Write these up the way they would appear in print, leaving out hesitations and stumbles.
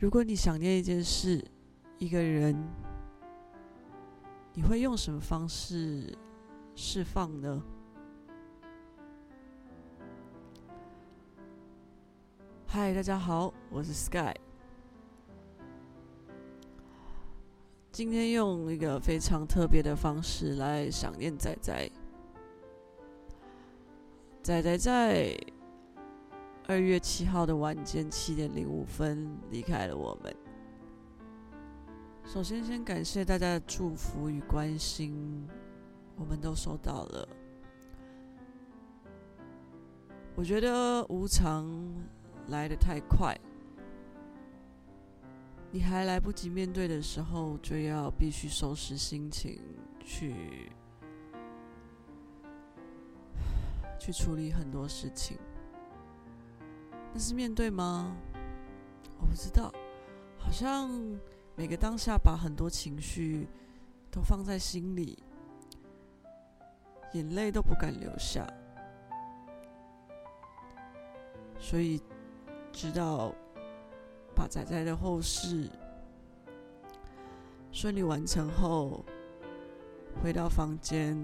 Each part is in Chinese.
如果你想念一件事、一个人，你会用什么方式释放呢？嗨，大家好，我是 Sky。今天用一个非常特别的方式来想念仔仔。仔仔在2月7号的晚间7点05分离开了我们。首先感谢大家的祝福与关心，我们都收到了。我觉得无常来得太快，你还来不及面对的时候，就要必须收拾心情去处理很多事情。那是面对吗？我不知道，好像每个当下把很多情绪都放在心里，眼泪都不敢流下，所以直到把仔仔的后事顺利完成后，回到房间，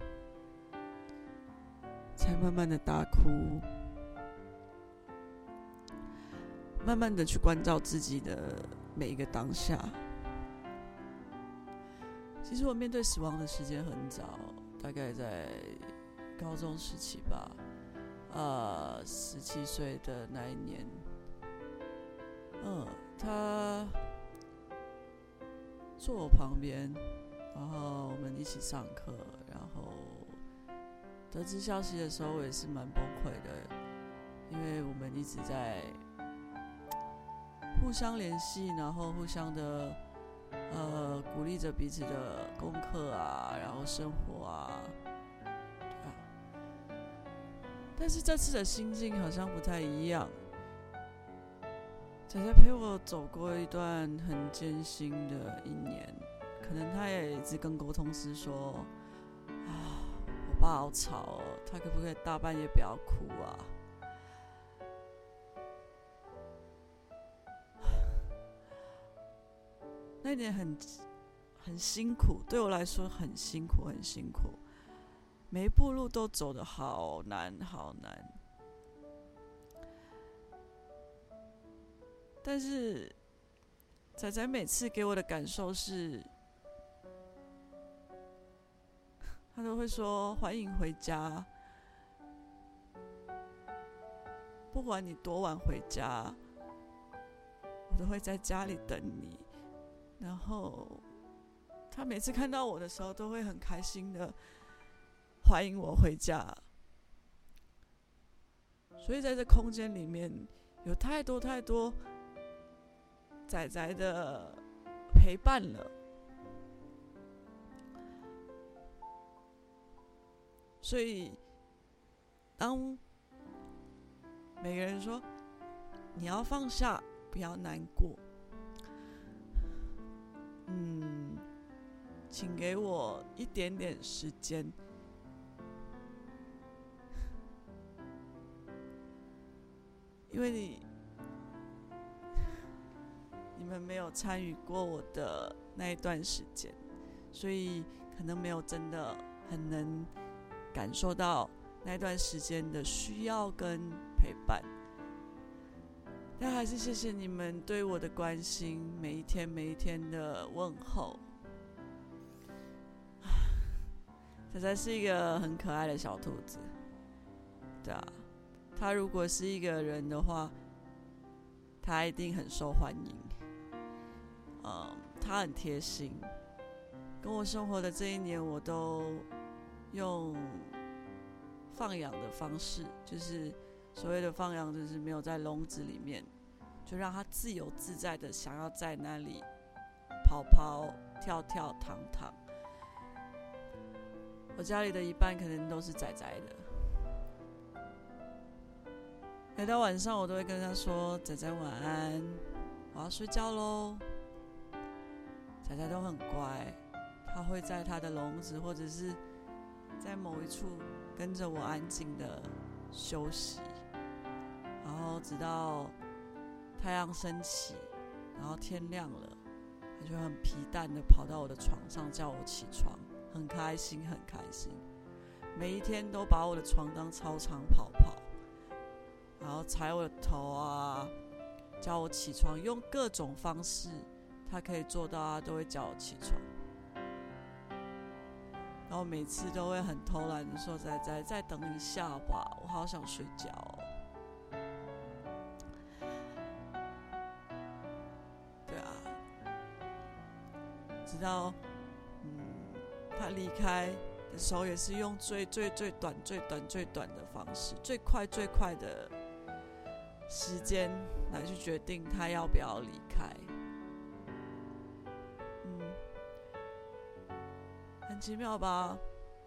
才慢慢的大哭，慢慢的去关照自己的每一个当下。其实我面对死亡的时间很早，大概在高中时期吧，17岁的那一年。他坐我旁边，然后我们一起上课，然后得知消息的时候，我也是蛮崩溃的，因为我们一直在互相联系，然后互相的鼓励着彼此的功课啊，然后生活啊，对啊。但是这次的心境好像不太一样。仔仔陪我走过一段很艰辛的1年，可能他也一直跟沟通师说，我爸好吵哦，他可不可以大半夜不要哭啊？那一年很辛苦，对我来说很辛苦，很辛苦，每一步路都走得好难，好难。但是仔仔每次给我的感受是，他都会说欢迎回家，不管你多晚回家，我都会在家里等你。然后他每次看到我的时候，都会很开心的欢迎我回家。所以在这空间里面，有太多太多仔仔的陪伴了。所以当每个人说你要放下，不要难过，请给我一点点时间，因为你们没有参与过我的那一段时间，所以可能没有真的很能感受到那段时间的需要跟陪伴。但还是谢谢你们对我的关心，每一天每一天的问候。仔仔是一个很可爱的小兔子，对啊，他如果是一个人的话，他一定很受欢迎。他很贴心，跟我生活的这1年，我都用放养的方式，就是所谓的放养，就是没有在笼子里面，就让他自由自在的想要在那里跑跑跳跳躺躺。我家里的一半可能都是仔仔的。每到晚上，我都会跟他说：“仔仔晚安，我要睡觉咯。”仔仔都很乖，他会在他的笼子或者是在某一处跟着我安静的休息，然后直到太阳升起， 然后天亮了，他就很皮蛋的跑到我的床上叫我起床，很开心很开心。每一天都把我的床当操场跑，然后踩我的头啊，叫我起床，用各种方式他可以做到，他都会叫我起床。然后每次都会很偷懒的说：“仔仔，再等一下吧，我好想睡觉哦。”对啊，直到他离开的时候，也是用最短的方式，最快的时间来去决定他要不要离开。很奇妙吧？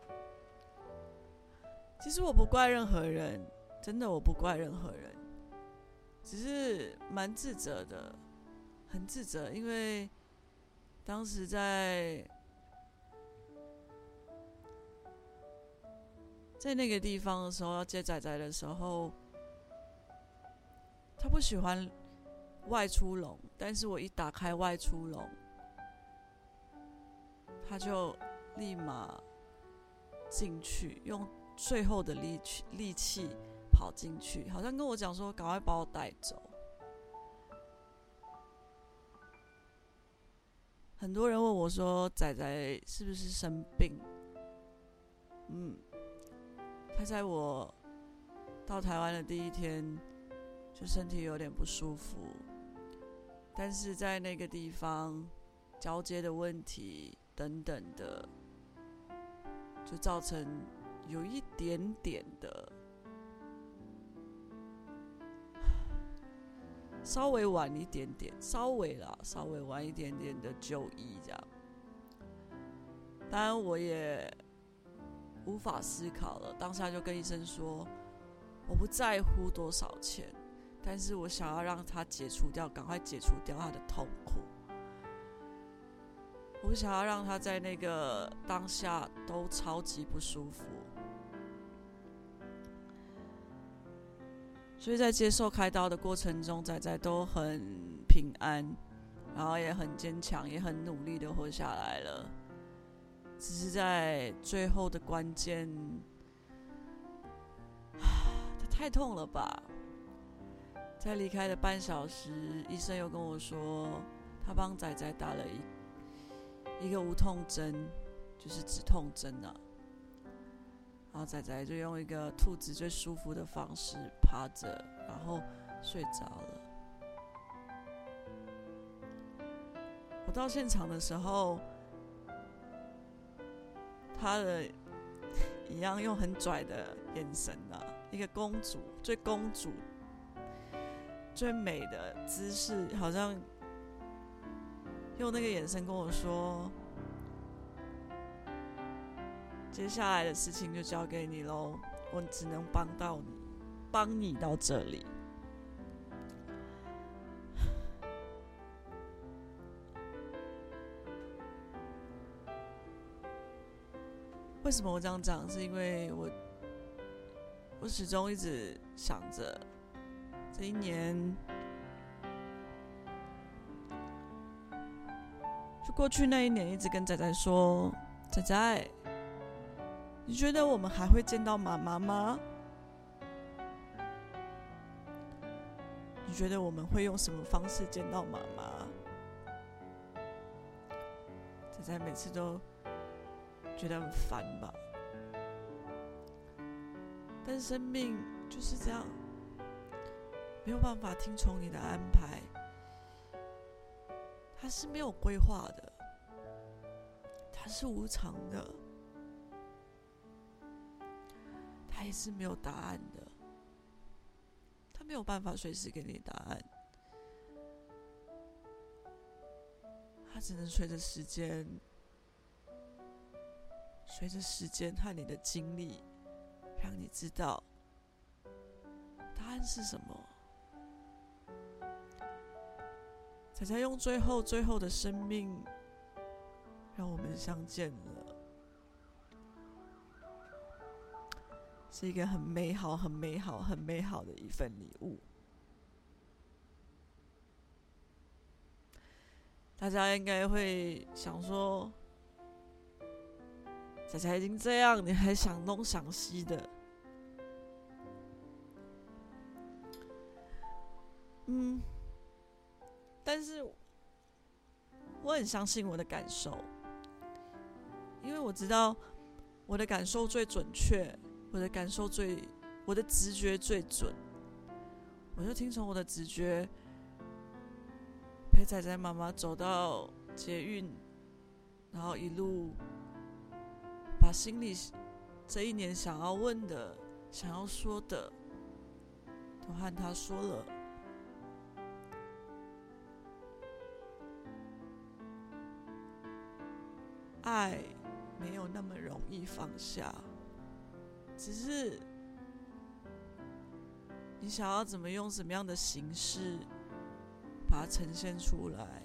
其实我不怪任何人，真的我不怪任何人，只是蛮自责的，很自责，因为当时在那个地方的时候，要接仔仔的时候，他不喜欢外出笼，但是我一打开外出笼，他就立马进去，用最后的力气跑进去，好像跟我讲说赶快把我带走。很多人问我说仔仔是不是生病？他在我到台湾的第一天就身体有点不舒服，但是在那个地方交接的问题等等的，就造成有一点点的稍微晚一点点，稍微晚一点点的就医这样。当然我也无法思考了，当下就跟医生说，我不在乎多少钱，但是我想要让他赶快解除掉他的痛苦。我不想要让他在那个当下都超级不舒服。所以在接受开刀的过程中，仔仔都很平安，然后也很坚强，也很努力的活下来了。只是在最后的关键，他太痛了吧？在离开的半小时，医生又跟我说，他帮仔仔打了一个无痛针，就是止痛针啊。然后仔仔就用一个兔子最舒服的方式趴着，然后睡着了。我到现场的时候，他的一样用很拽的眼神啊，一个公主最美的姿势，好像用那个眼神跟我说，接下来的事情就交给你咯，我只能帮你到这里。为什么我这样讲？是因为我始终一直想着，这一年，就过去那一年，一直跟仔仔说，仔仔，你觉得我们还会见到妈妈吗？你觉得我们会用什么方式见到妈妈？仔仔每次都觉得很烦吧，但生命就是这样，没有办法听从你的安排，它是没有规划的，它是无常的，它也是没有答案的，它没有办法随时给你答案，它只能随着时间和你的经历，让你知道答案是什么。仔仔用最后的生命，让我们相见了，是一个很美好的一份礼物。 大家应该会想说，仔仔已经这样，你还想东想西的。但是我很相信我的感受，因为我知道我的感受最准确，我的直觉最准，我就听从我的直觉，陪仔仔妈妈走到捷运，然后一路把心里这一年想要问的、想要说的，都和他说了。爱没有那么容易放下，只是你想要怎么用什么样的形式把它呈现出来。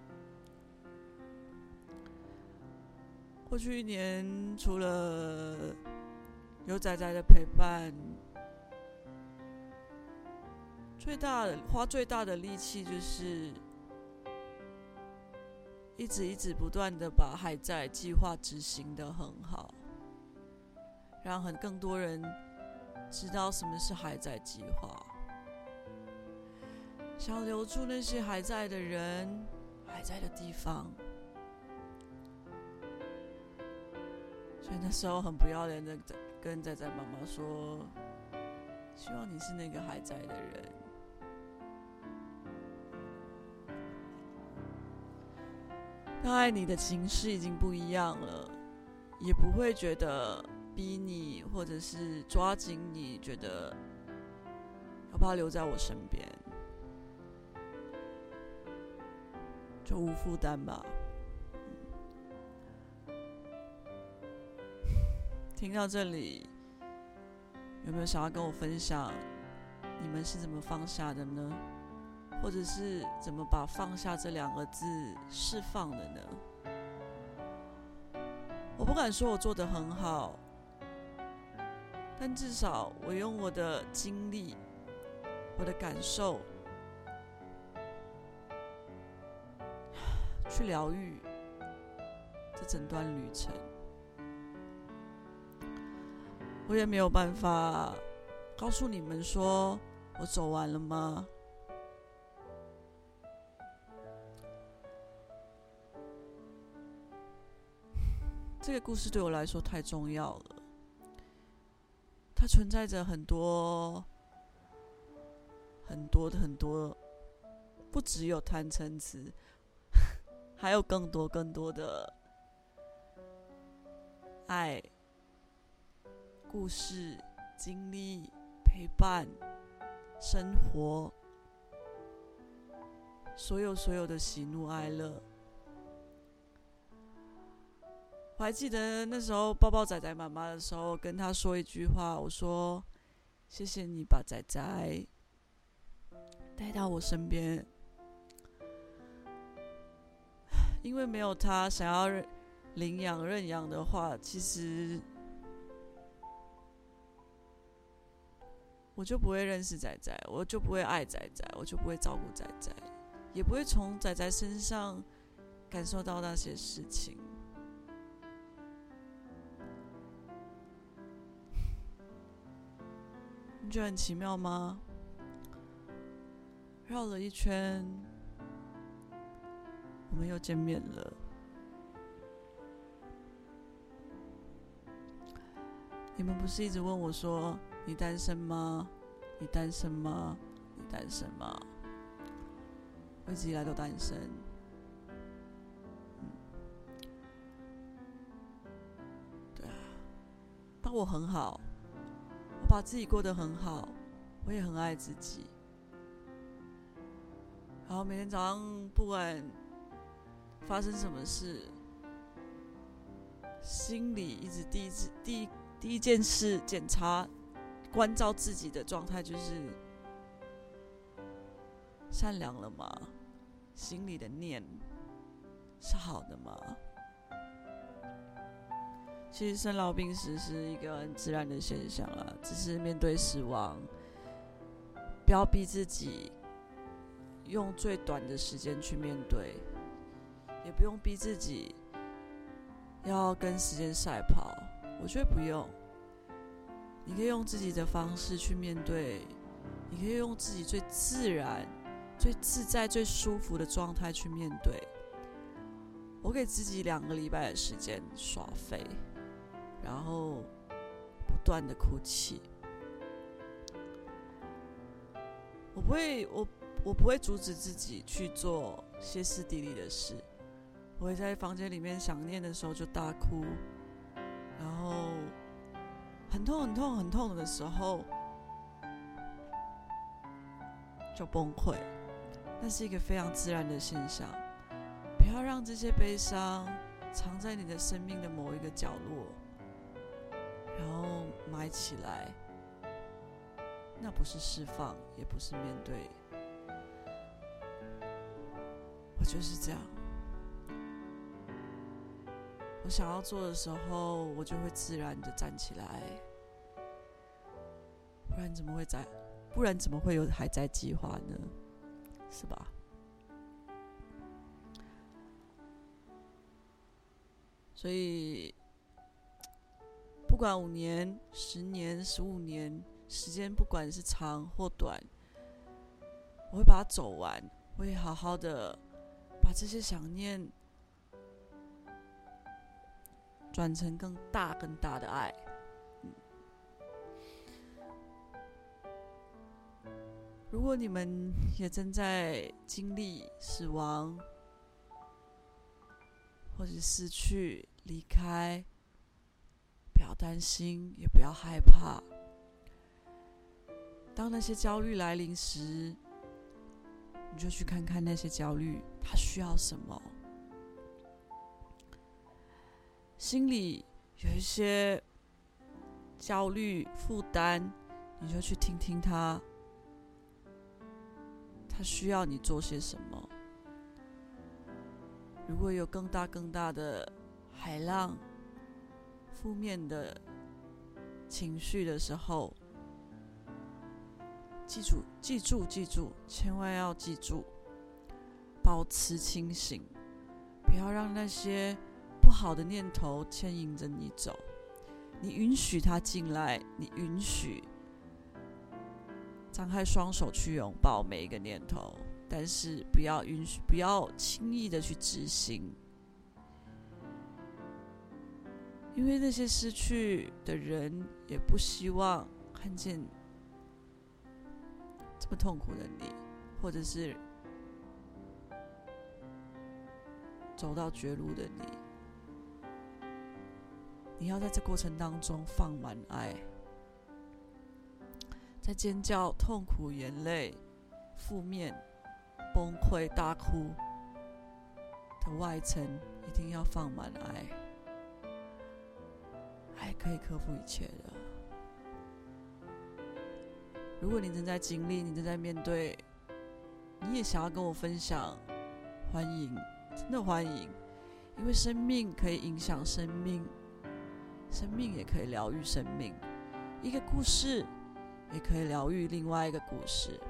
过去1年，除了有仔仔的陪伴，花最大的力气就是一直不断的把海仔计划执行得很好，让更多人知道什么是海仔计划，想留住那些还在的人、还在的地方。所以那时候很不要脸的跟仔仔妈妈说，希望你是那个还在的人。当爱你的形式已经不一样了，也不会觉得逼你或者是抓紧你，觉得要不要留在我身边，就无负担吧。听到这里，有没有想要跟我分享你们是怎么放下的呢？或者是怎么把放下这2个字释放的呢？我不敢说我做得很好，但至少我用我的经历、我的感受去疗愈这整段旅程。我也没有办法告诉你们说我走完了吗？这个故事对我来说太重要了，它存在着很多，不只有贪嗔痴，还有更多的爱、故事、经历、陪伴、生活，所有的喜怒哀乐。我还记得那时候抱抱仔仔妈妈的时候，跟她说一句话，我说：“谢谢你把仔仔带到我身边，因为没有他想要领养认养的话，其实我就不会认识仔仔，我就不会爱仔仔，我就不会照顾仔仔，也不会从仔仔身上感受到那些事情。”你觉得很奇妙吗？绕了一圈，我们又见面了。你们不是一直问我说：“你单身吗？你单身吗？你单身吗？”我一直以来都单身。对啊，但我很好。我把自己过得很好，我也很爱自己。然后每天早上不管发生什么事，心里一直第一件事检查关照自己的状态就是善良了吗？心里的念是好的吗？其实生老病死是一个很自然的现象啦，只是面对死亡，不要逼自己用最短的时间去面对， 也不用逼自己要跟时间赛跑，我觉得不用。你可以用自己的方式去面对，你可以用自己最自然、最自在、最舒服的状态去面对。我给自己2个礼拜的时间耍废，然后不断的哭泣。我不会阻止自己去做歇斯底里的事，我会在房间里面想念的时候就大哭，然后很痛很痛很痛的时候就崩溃。那是一个非常自然的现象，不要让这些悲伤藏在你的生命的某一个角落，然后埋起来。那不是释放，也不是面对。我就是这样，我想要做的时候，我就会自然的站起来，不然怎么会有还在计划呢？是吧？所以，不管5年、10年、15年，时间不管是长或短，我会把它走完，我会好好的把这些想念转成更大的爱。如果你们也正在经历死亡，或者失去、离开，不要担心，也不要害怕。当那些焦虑来临时，你就去看看那些焦虑，它需要什么。心里有一些焦虑、负担，你就去听听它需要你做些什么。如果有更大的海浪、负面的情绪的时候，记住，千万要记住，保持清醒，不要让那些不好的念头牵引着你走。你允许它进来，你允许张开双手去拥抱每一个念头，但是不要轻易的去执行，因为那些失去的人也不希望看见这么痛苦的你，或者是走到绝路的你。你要在这过程当中放满爱，在尖叫、痛苦、眼泪、负面、崩溃、大哭的外层，一定要放满爱。爱可以克服一切的。如果你正在经历，你正在面对，你也想要跟我分享，欢迎，真的欢迎。因为生命可以影响生命，生命也可以疗愈生命。一个故事也可以疗愈另外一个故事。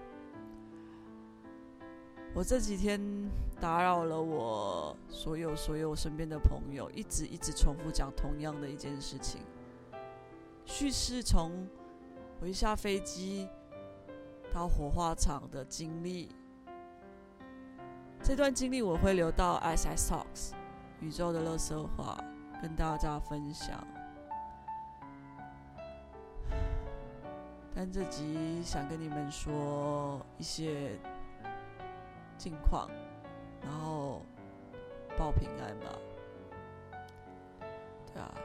我这几天打扰了我所有身边的朋友，一直重复讲同样的一件事情。叙事从我一下飞机到火化场的经历，这段经历我会留到 SS Talks 宇宙的垃圾话跟大家分享。但这集想跟你们说一些近况，然后报平安吧。对啊，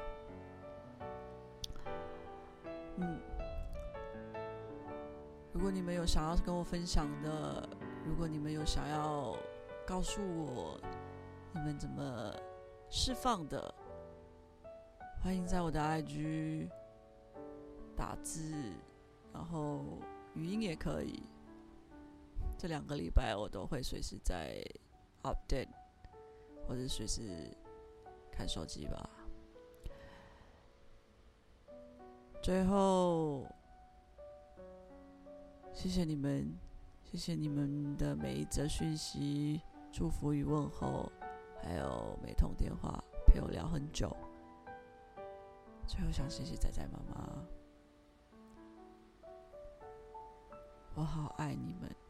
如果你们有想要跟我分享的，如果你们有想要告诉我你们怎么释放的，欢迎在我的 IG 打字，然后语音也可以。这2个礼拜我都会随时在 update， 或者随时看手机吧。最后，谢谢你们的每一则讯息、祝福与问候， 还有每通电话陪我聊很久。最后想谢谢仔仔妈妈，我好爱你们。